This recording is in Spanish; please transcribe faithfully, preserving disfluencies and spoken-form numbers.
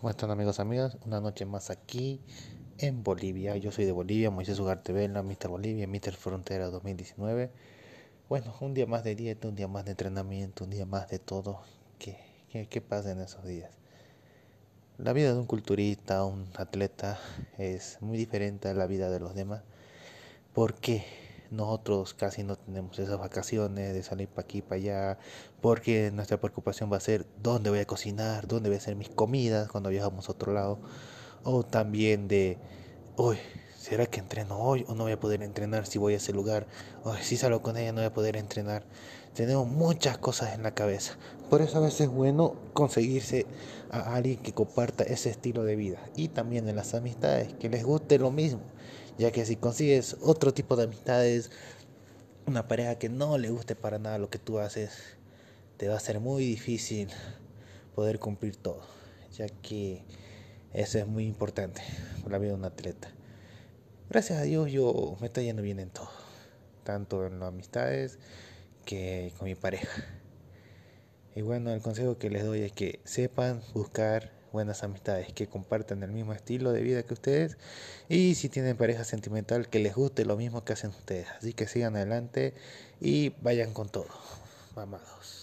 ¿Cómo están amigos, amigas? Una noche más aquí en Bolivia. Yo soy de Bolivia, Moisés Ugarte Vela, míster Bolivia, míster Frontera dos mil diecinueve. Bueno, un día más de dieta, un día más de entrenamiento, un día más de todo. ¿Qué, qué, qué pasa en esos días? La vida de un culturista, un atleta, es muy diferente a la vida de los demás. Porque nosotros casi no tenemos esas vacaciones de salir para aquí, para allá, porque nuestra preocupación va a ser dónde voy a cocinar, dónde voy a hacer mis comidas cuando viajamos a otro lado, o también de, uy, ¿será que entreno hoy o no voy a poder entrenar si voy a ese lugar? Uy, si salgo con ella no voy a poder entrenar. Tenemos muchas cosas en la cabeza. Por eso a veces es bueno conseguirse a alguien que comparta ese estilo de vida. Y también en las amistades, que les guste lo mismo. Ya que si consigues otro tipo de amistades, una pareja que no le guste para nada lo que tú haces, te va a ser muy difícil poder cumplir todo. Ya que eso es muy importante para la vida de un atleta. Gracias a Dios yo me está yendo bien en todo. Tanto en las amistades que con mi pareja. Y bueno, el consejo que les doy es que sepan buscar buenas amistades, que compartan el mismo estilo de vida que ustedes y si tienen pareja sentimental que les guste lo mismo que hacen ustedes. Así que sigan adelante y vayan con todo, mamados.